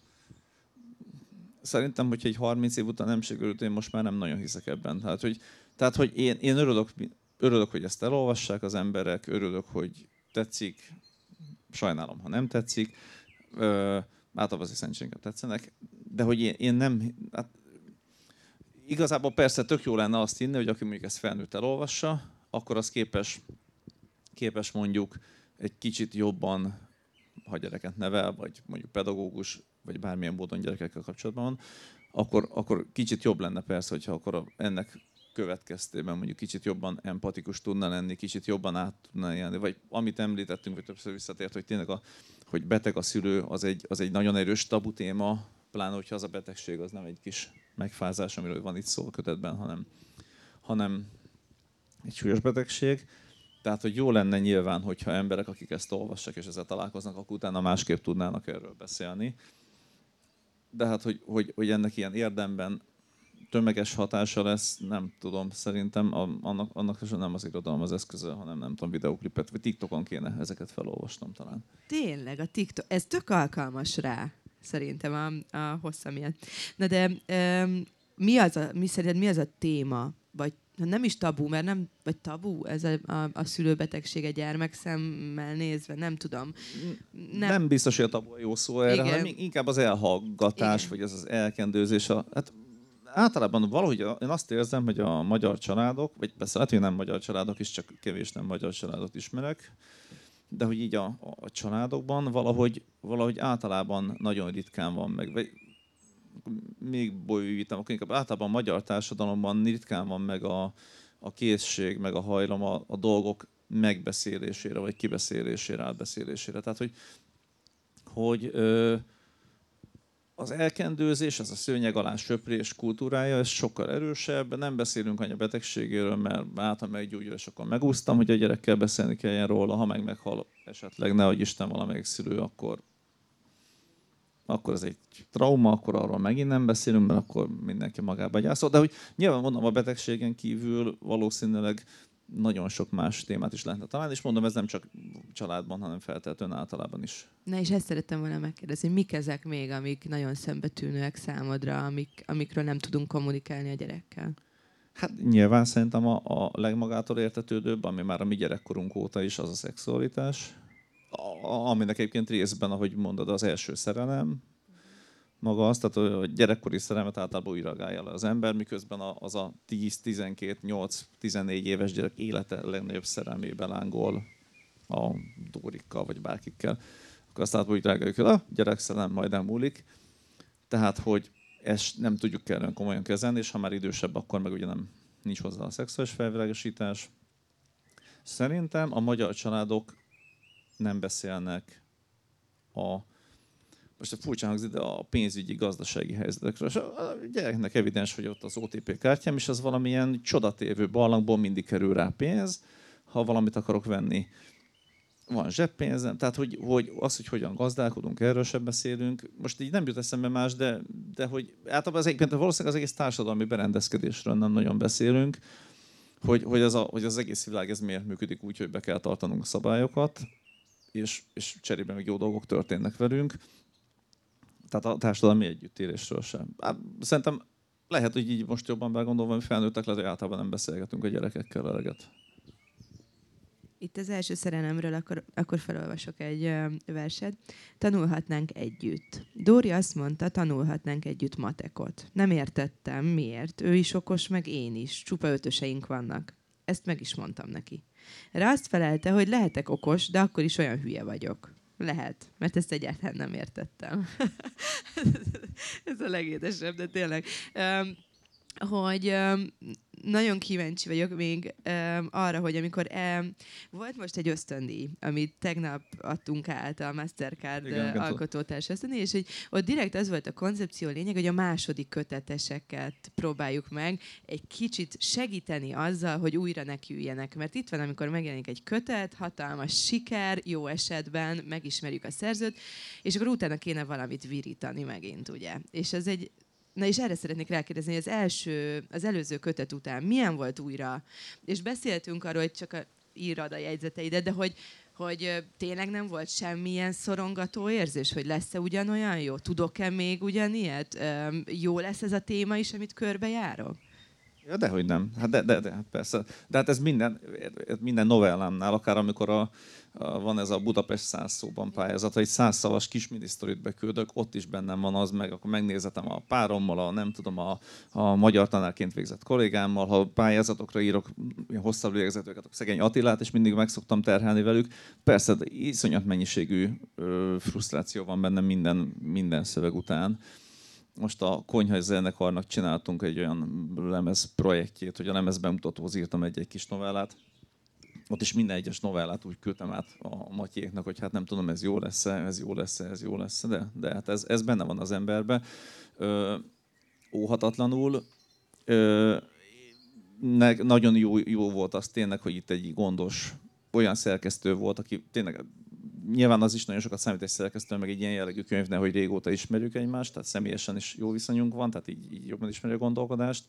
Szerintem, hogyha egy harminc év után nem sikerült, én most már nem nagyon hiszek ebben. Tehát, hogy, tehát, hogy én, én örülök, örülök, hogy ezt elolvassák az emberek, örülök, hogy tetszik, sajnálom, ha nem tetszik, Ö, általában azért szerencsére tetszenek, de hogy én, én nem... Hát, igazából persze tök jó lenne azt hinni, hogy aki mondjuk ezt felnőtt elolvassa, akkor az képes, képes mondjuk egy kicsit jobban, ha gyereket nevel, vagy mondjuk pedagógus, vagy bármilyen módon gyerekekkel kapcsolatban van, akkor, akkor kicsit jobb lenne persze, hogyha akkor ennek következtében mondjuk kicsit jobban empatikus tudna lenni, kicsit jobban át tudna élni, vagy amit említettünk, vagy többször visszatért, hogy tényleg a, hogy beteg a szülő, az egy, az egy nagyon erős tabu téma, pláne, hogyha az a betegség az nem egy kis megfázás, amiről van itt szó a kötetben, hanem, hanem egy súlyos betegség. Tehát, hogy jó lenne nyilván, hogyha emberek, akik ezt olvassák és ezzel találkoznak, akkor utána másképp tudnának erről beszélni. De hát, hogy, hogy, hogy ennek ilyen érdemben tömeges hatása lesz, nem tudom, szerintem annak, annak nem az irodalom az eszköze, hanem nem tudom, videóklipet, vagy TikTokon kéne ezeket felolvasnom talán. Tényleg, a TikTok, ez tök alkalmas rá, szerintem a, a hossza miatt. Na de um, mi, az a, mi szerinted mi az a téma, vagy nem is tabu, mert nem, vagy tabu ez a, a, a szülőbetegség egy gyermekszemmel nézve, nem tudom. Nem, nem biztos, hogy a tabu a jó szó erre, igen. hanem inkább az elhallgatás, igen. Vagy ez az elkendőzés. A, hát általában valahogy én azt érzem, hogy a magyar családok, vagy persze lehet, hogy nem magyar családok is, csak kevés nem magyar családot ismerek, de hogy így a, a családokban valahogy, valahogy általában nagyon ritkán van meg. Vagy még bővítem, akkor inkább általában a magyar társadalomban ritkán van meg a, a készség, meg a hajlam a, a dolgok megbeszélésére, vagy kibeszélésére, átbeszélésére. Tehát, hogy, hogy ö, az elkendőzés, ez a szőnyeg alá söprés kultúrája, ez sokkal erősebb. Nem beszélünk anya betegségéről, mert által meggyógyul, és akkor megúsztam, hogy a gyerekkel beszélni kelljen róla, ha meg meghal esetleg, nehogy Isten valamelyik szülő, akkor akkor ez egy trauma, akkor arról megint nem beszélünk, mert akkor mindenki magába gyászol. De hogy nyilván mondom, a betegségen kívül valószínűleg nagyon sok más témát is lehetne találni, és mondom, ez nem csak családban, hanem feltétlenül általában is. Na és ezt szerettem volna megkérdezni, mik ezek még, amik nagyon szembetűnőek számodra, amik, amikről nem tudunk kommunikálni a gyerekkel? Hát nyilván szerintem a, a legmagától értetődőbb, ami már a mi gyerekkorunk óta is, az a szexualitás. A, aminek egyébként részben, ahogy mondod, az első szerelem, maga az, tehát a gyerekkori szerelmet általában újra reagálja le az ember, miközben az a tíz, tizenkét, nyolc, tizennégy éves gyerek élete legnagyobb szerelmébe lángol a Dórikkal vagy bárkikkel. Akkor azt általában úgy reagáljuk, hogy a gyerekszerelem majd elmúlik. Tehát, hogy ezt nem tudjuk kellően komolyan kezelni, és ha már idősebb, akkor meg ugye nem nincs hozzá a szexuális felvilágosítás. Szerintem a magyar családok nem beszélnek a most a furcsán hangzik, de a pénzügyi, gazdasági helyzetekről. És a gyereknek evidens, hogy ott az o té pé kártyám, és az valamilyen csodatévő barlangból mindig kerül rá pénz, ha valamit akarok venni. Van zseppénzem, tehát hogy, hogy az, hogy hogyan gazdálkodunk, erről sem beszélünk. Most így nem jut eszembe más, de, de hogy általában az, egyébként valószínűleg az egész társadalmi berendezkedésről nem nagyon beszélünk, hogy, hogy, az, a, hogy az egész világ ez miért működik úgy, hogy be kell tartanunk szabályokat, és, és cserében még jó dolgok történnek velünk. Tehát a társadalmi együttélésről sem. Szerintem lehet, hogy így most jobban begondolva, hogy felnőttek, lehet, hogy általában nem beszélgetünk a gyerekekkel eleget. Itt az első szerelemről akkor, akkor felolvasok egy ö, verset. Tanulhatnánk együtt. Dóri azt mondta, tanulhatnánk együtt matekot. Nem értettem, miért. Ő is okos, meg én is. Csupa ötöseink vannak. Ezt meg is mondtam neki. Erre azt felelte, hogy lehetek okos, de akkor is olyan hülye vagyok. Lehet, mert ezt egyáltalán nem értettem. Ez a legédesebb, de tényleg. Um, hogy um, nagyon kíváncsi vagyok még um, arra, hogy amikor um, volt most egy ösztöndíj, amit tegnap adtunk át a Mastercard Igen, alkotótárs ösztöndíj, és hogy ott direkt az volt a koncepció lényeg, hogy a második köteteseket próbáljuk meg egy kicsit segíteni azzal, hogy újra nekiüljenek. Mert itt van, amikor megjelenik egy kötet, hatalmas siker, jó esetben megismerjük a szerzőt, és akkor utána kéne valamit virítani megint, ugye. És ez egy Na és erre szeretnék rákérdezni, hogy az első, az előző kötet után milyen volt újra? És beszéltünk arról, hogy csak a, írad a jegyzeteidet, de hogy, hogy tényleg nem volt semmilyen szorongató érzés, hogy lesz-e ugyanolyan jó? Tudok-e még ugyanilyet? Jó lesz ez a téma is, amit körbejárok? Ja, dehogy nem. Hát de, de, de, hát persze. De hát ez minden, minden novellámnál, akár amikor a, a, van ez a Budapest száz szóban pályázat, egy száz szavas kis minisztorit beküldök, ott is bennem van az, meg akkor megnézetem a párommal, a nem tudom, a, a magyar tanárként végzett kollégámmal, ha pályázatokra írok hosszabb végzetőket, akkor szegény Attilát, és mindig meg szoktam terhelni velük. Persze, de iszonyat mennyiségű ö, frusztráció van bennem minden, minden szöveg után. Most a Konyhai zenekarnak csináltunk egy olyan lemez projektjét, hogy a lemez bemutatóhoz írtam egy-egy kis novellát. Ott is minden egyes novellát úgy küldtem át a Matyéknak, hogy hát nem tudom, ez jó lesz-e, ez jó lesz-e, ez jó lesz-e, de, de hát ez, ez benne van az emberbe. Ö, óhatatlanul. Ö, ne, nagyon jó, jó volt az tényleg, hogy itt egy gondos, olyan szerkesztő volt, aki tényleg... Nyilván az is nagyon sokat számít egy szerkesztő, meg egy ilyen jellegű könyvnél, hogy régóta ismerjük egymást, tehát személyesen is jó viszonyunk van, tehát így, így jobban ismeri a gondolkodást.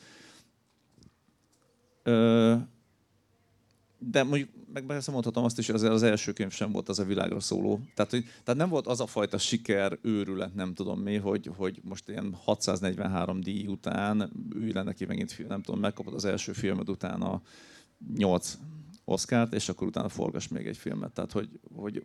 Ö, de mondjuk, meg persze mondhatom azt is, hogy az első könyv sem volt az a világra szóló. Tehát, hogy, tehát nem volt az a fajta siker, őrület, nem tudom mi, hogy, hogy most ilyen hatszáznegyvenhárom díj után ülj le neki megint, nem tudom, megkapod az első filmed után a nyolc Oscart, és akkor utána forgass még egy filmet. Tehát, hogy, hogy...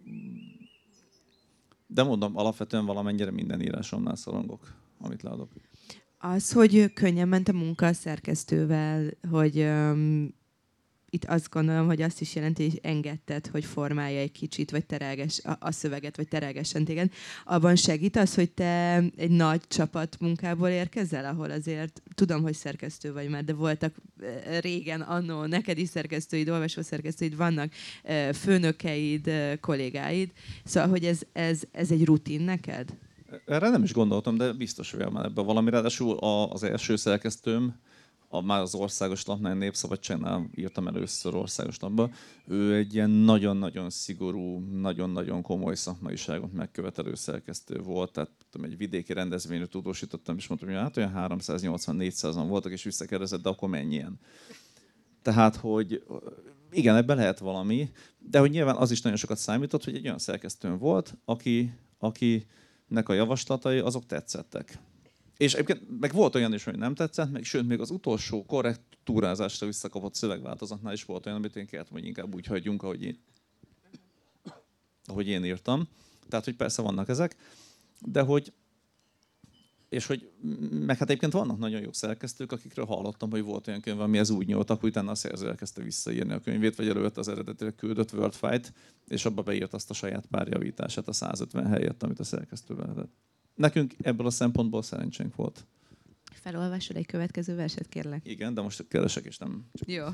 De mondom, alapvetően valamennyire minden írásomnál szorongok, amit leadok. Az, hogy könnyen ment a munka a szerkesztővel, hogy um, itt azt gondolom, hogy azt is jelenti, hogy engedted, hogy formálja egy kicsit, vagy terelges a, a szöveget, vagy terelgessen téged. Abban segít az, hogy te egy nagy csapat munkából érkezel, ahol azért tudom, hogy szerkesztő vagy már, de voltak régen, annó, neked is szerkesztőid, olvasó szerkesztőid vannak, főnökeid, kollégáid. Szóval, hogy ez, ez, ez egy rutin neked? Erre nem is gondoltam, de biztos vagyok már ebben valami. Ráadásul az első szerkesztőm, a, már az Országos Lapnál, Népszabadságnál írtam először Országos Lapba. Ő egy ilyen nagyon-nagyon szigorú, nagyon-nagyon komoly szakmaiságot megkövetelő szerkesztő volt. Tehát tudom, egy vidéki rendezvényről tudósítottam, és mondtam, hogy hát olyan háromszáznyolcvan-négyszázan voltak, és visszakérdezett, de akkor mennyien? Tehát, hogy igen, ebben lehet valami, de hogy nyilván az is nagyon sokat számított, hogy egy olyan szerkesztőm volt, aki, akinek a javaslatai azok tetszettek. És egyébként meg volt olyan is, hogy nem tetszett, meg sőt, még az utolsó korrektúrázásra visszakapott szövegváltozatnál is volt olyan, amit én kértem, hogy inkább úgy hagyjunk, ahogy én, ahogy én írtam. Tehát, hogy persze vannak ezek, de hogy és hogy, meg hát egyébként vannak nagyon jó szerkesztők, akikről hallottam, hogy volt olyan könyv, amihez úgy nyúltak, hogy utána a szerző elkezdte visszaírni a könyvét, vagy előtt az eredetileg küldött Wordfile-t, és abba beírt azt a saját pár javítását a százötven helyett, amit a szerkesztő vehetett. Nekünk ebből a szempontból szerencsénk volt. Felolvasod egy következő verset, kérlek? Igen, de most keresek, és nem... Jó.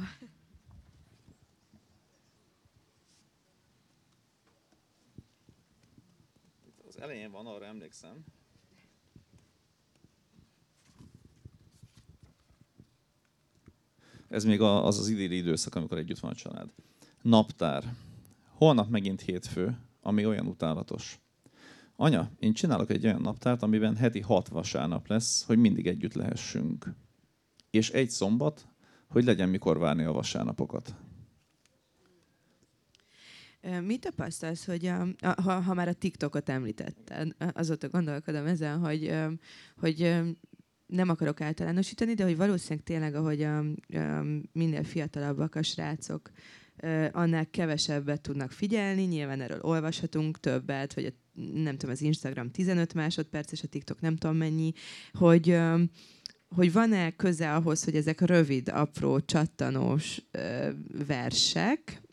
Az elején van, arra emlékszem. Ez még az az idilli időszak, amikor együtt van a család. Naptár. Holnap megint hétfő, ami olyan utálatos. Anya, én csinálok egy olyan naptárt, amiben heti hat vasárnap lesz, hogy mindig együtt lehessünk. És egy szombat, hogy legyen mikor várni a vasárnapokat. Mit tapasztalsz, hogy a, a, ha, ha már a TikTokot említetted, azóta gondolkodom ezen, hogy, hogy nem akarok általánosítani, de hogy valószínűleg tényleg, ahogy a, a minél fiatalabbak a srácok, annál kevesebbet tudnak figyelni, nyilván erről olvashatunk többet, hogy a, nem tudom, az Instagram tizenöt másodperc, és a TikTok nem tudom mennyi, hogy, hogy van-e köze ahhoz, hogy ezek rövid, apró, csattanós versek,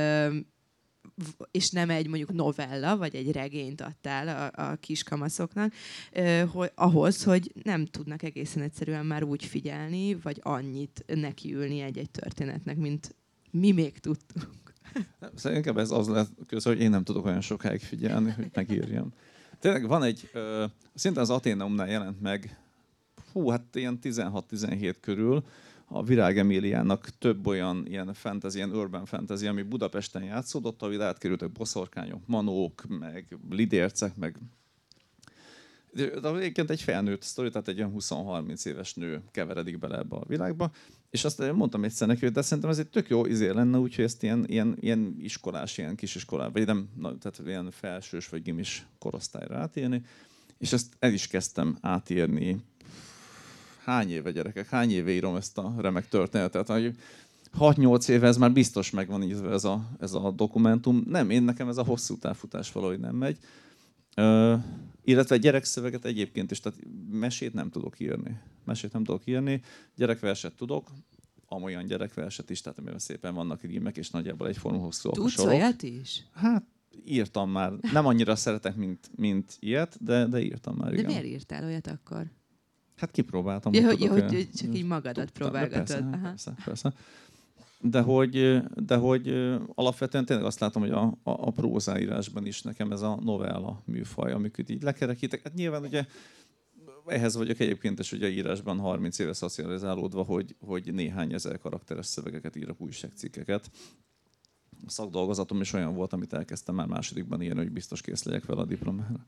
és nem egy mondjuk novella, vagy egy regényt adtál a, a kiskamaszoknak, eh, hogy, ahhoz, hogy nem tudnak egészen egyszerűen már úgy figyelni, vagy annyit nekiülni egy-egy történetnek, mint mi még tudtunk. Szerintem inkább ez az lehet köz, hogy én nem tudok olyan sokáig figyelni, hogy megírjam. Tényleg van egy, uh, szinte az Athenaumnál jelent meg, hú, hát ilyen tizenhat-tizenhét körül, a Virág Emíliának több olyan ilyen fantasy, ilyen urban fantasy, ami Budapesten játszódott, ahogy átkerültek boszorkányok, manók, meg lidércek, meg... De egyébként egy felnőtt sztori, tehát egy olyan húsz-harminc éves nő keveredik bele ebbe a világba, és azt mondtam egyszer neki, hogy de szerintem ez egy tök jó izé lenne, úgyhogy ezt ilyen, ilyen, ilyen iskolás, ilyen kisiskolás, vagy nem, na, tehát ilyen felsős vagy gimis korosztályra átírni, és ezt el is kezdtem átírni. Hány éve, gyerekek, hány éve írom ezt a remek történetet, hogy hat-nyolc éve ez már biztos megvan írva ez a, ez a dokumentum. Nem, én nekem ez a hosszú távfutás valahogy nem megy. Ö, illetve gyerekszöveget egyébként is, tehát mesét nem tudok írni. Mesét nem tudok írni, gyerekverset tudok, amolyan gyerekverset is, tehát amiben szépen vannak rímek, és nagyjából egyforma hosszú a sorok. Tudsz olyat is? Hát írtam már. Nem annyira szeretek, mint, mint ilyet, de, de írtam már, de igen. miért írtál olyat akkor? Hát kipróbáltam. Ja, hogy, hogy, tudok, hogy csak így magadat próbálgatod. Persze, Aha. persze, persze. De hogy, de hogy alapvetően tényleg azt látom, hogy a, a, a prózaírásban is nekem ez a novella műfaj, amiket így lekerekítek. Hát nyilván ugye ehhez vagyok egyébként is ugye írásban harminc éve szocializálódva, hogy, hogy néhány ezer karakteres szövegeket írok, újságcikkeket. A szakdolgozatom is olyan volt, amit elkezdtem már másodikban írni, hogy biztos kész legyek vele a diplomára.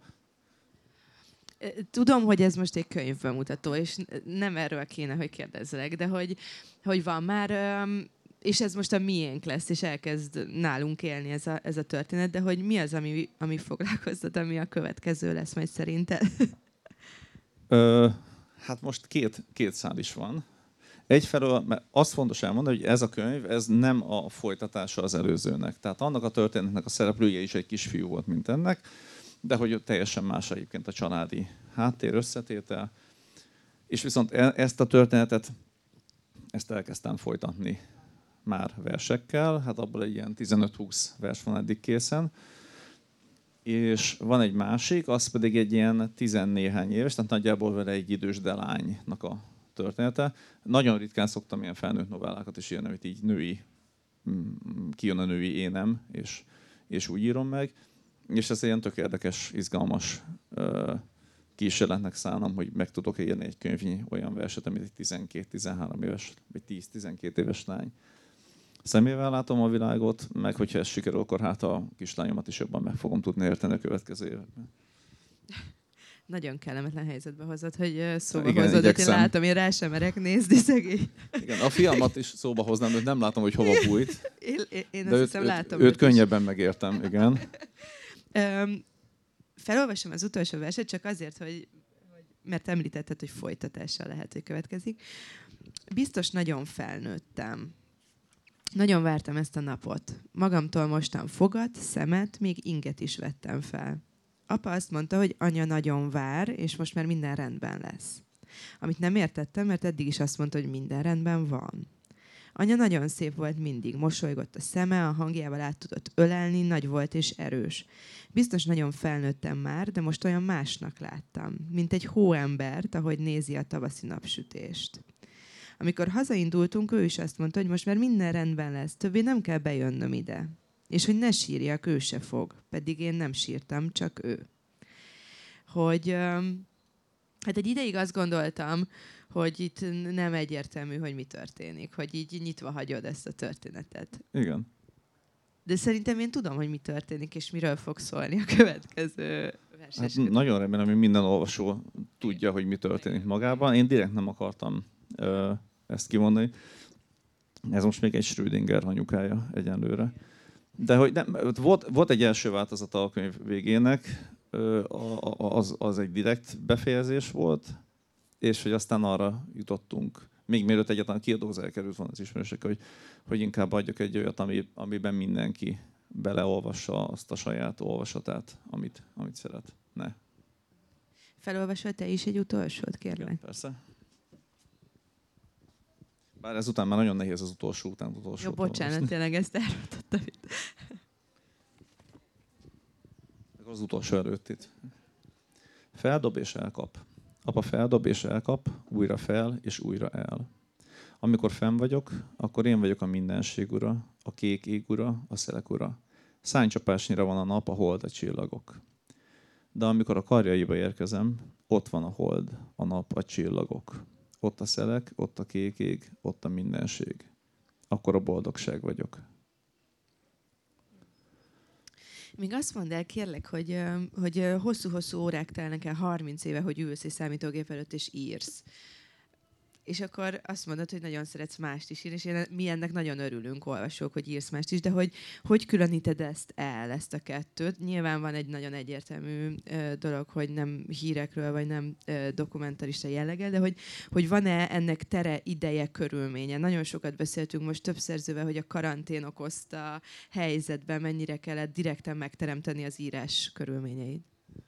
Tudom, hogy ez most egy könyvbemutató, és nem erről kéne, hogy kérdezzelek, de hogy, hogy van már, és ez most a miénk lesz, és elkezd nálunk élni ez a, ez a történet, de hogy mi az, ami, ami foglalkoztat, ami a következő lesz majd szerinted? Ö, hát most két, két szál is van. Egyfelől, mert azt fontos elmondani, hogy ez a könyv, ez nem a folytatása az előzőnek. Tehát annak a történetnek a szereplője is egy kisfiú volt, mint ennek, de hogy teljesen más egyébként a családi háttér, összetétel. És viszont ezt a történetet, ezt elkezdtem folytatni már versekkel, hát abból egy ilyen tizenöt-húsz vers van eddig készen. És van egy másik, az pedig egy ilyen tizennéhány éves, tehát nagyjából vele egy idős delánynak a története. Nagyon ritkán szoktam ilyen felnőtt novellákat is írni, amit így női, kijön a női énem, és, és úgy írom meg. És ez egy ilyen tök érdekes, izgalmas uh, kísérletnek szánom, hogy meg tudok írni egy könyvnyi olyan verset, amit egy tizenkét-tizenhárom éves, vagy tíz-tizenkét éves lány szemével látom a világot, meg hogyha ez sikerül, akkor hát a kislányomat is jobban meg fogom tudni érteni a következő években. Nagyon kellemetlen helyzetbe hozott, hogy ö, szóba Igen, hozod. Én igyekszem. látom, én rá sem merek nézni, szegény. Igen, a fiamat is szóba hoznám, őt nem látom, hogy hova bújt. Én, én, én De azt őt, hiszem, őt, látom őt is. könnyebben megértem, igen. Öm, felolvasom az utolsó verset, csak azért, hogy, hogy mert említetted, hogy folytatással lehet, hogy következik. Biztos nagyon felnőttem. Nagyon vártam ezt a napot. Magamtól mostan fogat, szemet, még inget is vettem fel. Apa azt mondta, hogy anya nagyon vár, és most már minden rendben lesz. Amit nem értettem, mert eddig is azt mondta, hogy minden rendben van. Anya nagyon szép volt mindig, mosolygott a szeme, a hangjával át tudott ölelni, nagy volt és erős. Biztos nagyon felnőttem már, de most olyan másnak láttam, mint egy hóembert, ahogy nézi a tavaszi napsütést. Amikor hazaindultunk, ő is azt mondta, hogy most már minden rendben lesz, többé nem kell bejönnöm ide. És hogy ne sírjak, ő se fog, pedig én nem sírtam, csak ő. Hogy öm, hát egy ideig azt gondoltam, hogy itt nem egyértelmű, hogy mi történik, hogy így nyitva hagyod ezt a történetet. Igen. De szerintem én tudom, hogy mi történik, és miről fog szólni a következő verses. Hát nagyon remélem, hogy minden olvasó tudja, hogy mi történik magában. Én direkt nem akartam ö, ezt kimondani. Ez most még egy Schrödinger anyukája egyenlőre. De hogy nem, volt, volt egy első változata a könyv végének, ö, az, az egy direkt befejezés volt, és hogy aztán arra jutottunk, még mielőtt egyáltalán kiadóhoz elkerült volna az ismerősök, hogy, hogy inkább adjak egy olyat, ami, amiben mindenki beleolvassa azt a saját olvasatát, amit, amit szeretne. Felolvasol te is egy utolsót, kérlek? Igen, persze. Bár ezután már nagyon nehéz az utolsó után az utolsó. Jó, bocsánat, tényleg ezt elrontottam itt. Az utolsó előtt itt. Feldob és elkap. Apa feldob és elkap, újra fel és újra el. Amikor fenn vagyok, akkor én vagyok a mindenség ura, a kék ég ura, a szelek ura. Szánycsapásnyira van a nap, a hold, a csillagok. De amikor a karjaiba érkezem, ott van a hold, a nap, a csillagok. Ott a szelek, ott a kék ég, ott a mindenség. Akkor a boldogság vagyok. Még azt mondd el, kérlek, hogy, hogy hosszú-hosszú órák telnek el, harminc éve, hogy ülsz egy számítógép előtt és írsz. És akkor azt mondod, hogy nagyon szeretsz mást is írni, és én, mi ennek nagyon örülünk, olvasók, hogy írsz mást is, de hogy, hogy különíted ezt el, ezt a kettőt? Nyilván van egy nagyon egyértelmű ö, dolog, hogy nem hírekről, vagy nem ö, dokumentarista jelleggel, de hogy, hogy van-e ennek tere, ideje, körülménye? Nagyon sokat beszéltünk most több szerzővel, hogy a karantén okozta helyzetben mennyire kellett direkten megteremteni az írás körülményeit.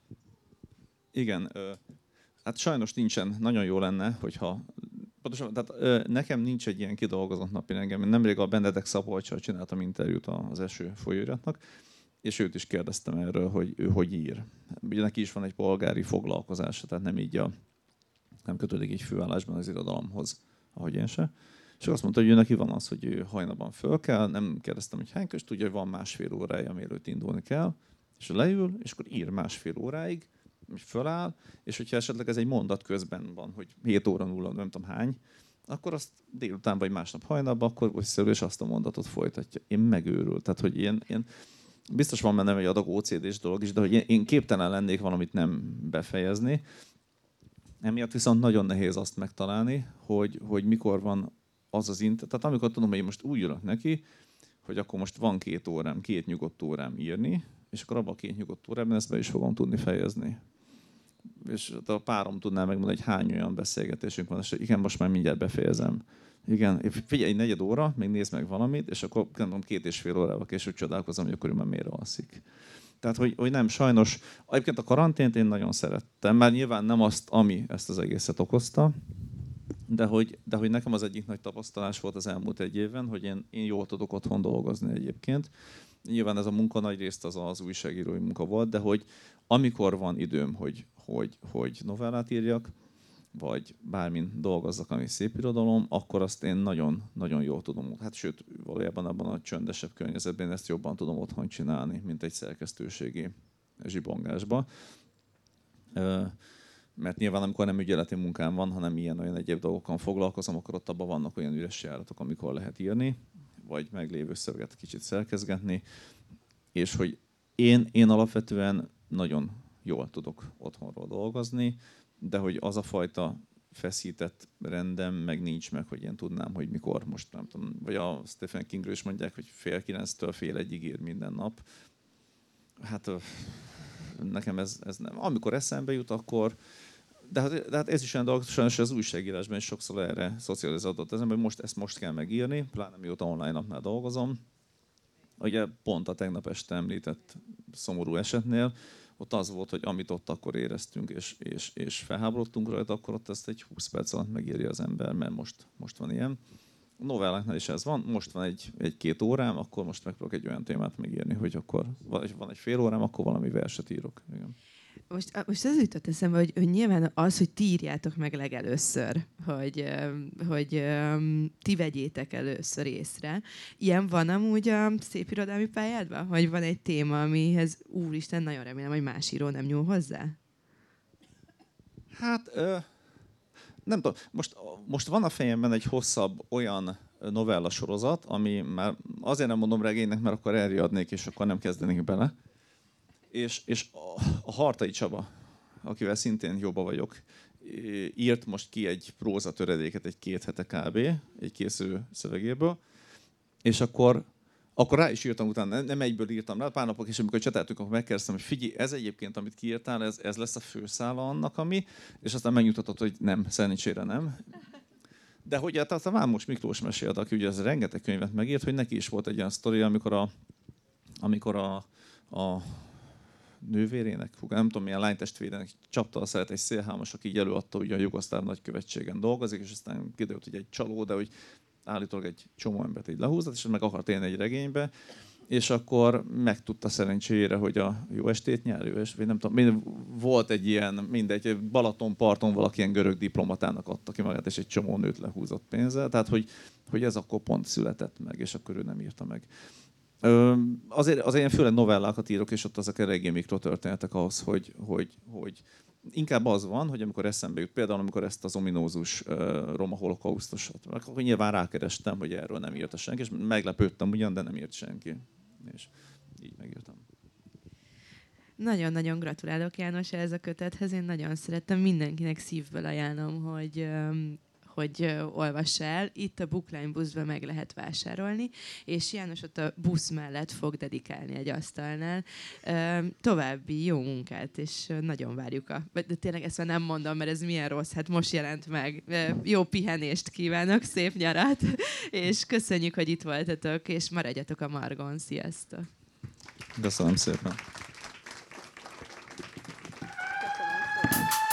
Igen, ö, hát sajnos nincsen, nagyon jó lenne, hogyha pontosan, tehát ö, nekem nincs egy ilyen kidolgozott napirendem. Én nemrég a Benedek Szabolccsal csináltam interjút az Eső folyóiratnak, és őt is kérdeztem erről, hogy ő hogy ír. Ugye neki is van egy polgári foglalkozása, tehát nem így a, nem kötődik így főállásban az irodalomhoz, ahogy én se. És azt mondta, hogy ő neki van az, hogy ő hajnalban föl kell, nem kérdeztem, hogy hány közt, tudja, hogy van másfél órája, mielőtt indulni kell, és leül, és akkor ír másfél óráig, hogy föláll, és hogyha esetleg ez egy mondat közben van, hogy hét óra nulla, nem tudom hány, akkor azt délután vagy másnap hajnalban, akkor visszaül, és azt a mondatot folytatja. Én megőrül. Tehát, hogy ilyen, ilyen biztos van bennem egy adag ó cé dés dolog is, de hogy én, én képtelen lennék valamit nem befejezni. Emiatt viszont nagyon nehéz azt megtalálni, hogy, hogy mikor van az az int. Tehát amikor tudom, hogy én most úgy ülök neki, hogy akkor most van két órám, két nyugodt órám írni, és akkor abban a két nyugodt órában ezt be is fogom tudni fejezni. És a párom tudná megmondani, hogy hány olyan beszélgetésünk van, és igen, most már mindjárt befejezem. Igen, figyelj, egy negyed óra, még nézd meg valamit, és akkor nem tudom, két és fél órával később csodálkozom, hogy akkor ő már miért alszik. Tehát, hogy, hogy nem, sajnos, egyébként a karantént én nagyon szerettem, már nyilván nem azt, ami ezt az egészet okozta, de hogy, de hogy nekem az egyik nagy tapasztalás volt az elmúlt egy évben, hogy én, én jól tudok otthon dolgozni egyébként. Nyilván ez a munka nagy részt az az újságírói munka volt, de hogy amikor van időm, hogy, hogy, hogy novellát írjak, vagy bármin dolgozzak, ami szép irodalom, akkor azt én nagyon, nagyon jól tudom. Hát sőt, valójában abban a csöndesebb környezetben ezt jobban tudom otthon csinálni, mint egy szerkesztőségi zsibongásba. Mert nyilván amikor nem ügyeleti munkám van, hanem ilyen-olyan egyéb dolgokkal foglalkozom, akkor ott abban vannak olyan üres járatok, amikor lehet írni, vagy meglévő szöveget kicsit szerkezgetni, és hogy én, én alapvetően nagyon jól tudok otthonról dolgozni, de hogy az a fajta feszített rendem meg nincs meg, hogy én tudnám, hogy mikor most nem tudom, vagy a Stephen Kingről is mondják, hogy fél kilenctől fél egyig ír minden nap. Hát nekem ez, ez nem. Amikor eszembe jut, akkor de hát, de hát ez is olyan dolog, sajnos az újságírásban is sokszor erre szocializálódott az ember, hogy most ezt most kell megírni, pláne mióta online napnál dolgozom. Ugye pont a tegnap este említett szomorú esetnél, ott az volt, hogy amit ott akkor éreztünk, és, és, és felháborodtunk rajta, akkor ott ezt egy húsz perc alatt megírja az ember, mert most, most van ilyen. A novelláknál is ez van, most van egy, egy-két órám, akkor most megpróbálok egy olyan témát megírni, hogy akkor van egy fél órám, akkor valami verset írok. Igen. Most, most az jutott eszembe, hogy, hogy nyilván az, hogy ti írjátok meg legelőször, hogy, hogy ti vegyétek először észre. Ilyen van amúgy a szépirodalmi pályádban? Hogy van egy téma, amihez úristen, nagyon remélem, hogy más író nem nyúl hozzá? Hát, ö, nem tudom. Most, most van a fejemben egy hosszabb olyan novella sorozat, ami már azért nem mondom regénynek, mert akkor elriadnék, és akkor nem kezdenék bele. És, és a, a Hartai Csaba, akivel szintén jobban vagyok, írt most ki egy próza töredéket egy két hete kb. Egy készülő szövegéből, és akkor, akkor rá is írtam utána, nem egyből írtam rá, pár napok, és amikor cseteltünk, akkor megkérdeztem, hogy figyelj, ez egyébként, amit kiírtál, ez, ez lesz a főszála annak, ami, és aztán megnyugtatott, hogy nem, szerencsére nem. De hogy hát a Vámos Miklós mesélt, aki ugye ez rengeteg könyvet megírt, hogy neki is volt egy olyan sztori, amikor a, amikor a, a nővérének, nem tudom milyen lánytestvérének csapta a szeret egy szélhámos, aki így előadta, hogy a jugoszláv nagykövetségen dolgozik, és aztán kiderült, hogy egy csaló, de hogy állítólag egy csomó embert így lehúzott, és meg akart élni egy regénybe, és akkor megtudta szerencsére, hogy a jó estét nyár, jó estét, nem tudom, volt egy ilyen, mindegy, Balatonparton valaki ilyen görög diplomatának adta ki magát, és egy csomó nőt lehúzott pénzzel, tehát hogy, hogy ez akkor pont született meg, és akkor ő nem írta meg. Azért, azért én főleg novellákat írok, és ott azok a regény mikrotörténetek ahhoz, hogy, hogy, hogy inkább az van, hogy amikor eszembe jut, például amikor ezt az ominózus uh, roma holokausztosat, akkor nyilván rákerestem, hogy erről nem írta senki, és meglepődtem ugyan, de nem írt senki. És így megírtam. Nagyon-nagyon gratulálok, János, ehhez a kötethez. Én nagyon szerettem, mindenkinek szívből ajánlom, hogy... Um, hogy uh, olvass el. Itt a Bookline buszban meg lehet vásárolni, és János ott a busz mellett fog dedikálni egy asztalnál. Uh, további jó munkát, és uh, nagyon várjuk a... De tényleg ezt már nem mondom, mert ez milyen rossz, hát most jelent meg. Uh, jó pihenést kívánok, szép nyarat, és köszönjük, hogy itt voltatok, és maradjatok a Margon. Sziasztok! Köszönöm szépen! Köszönöm szépen.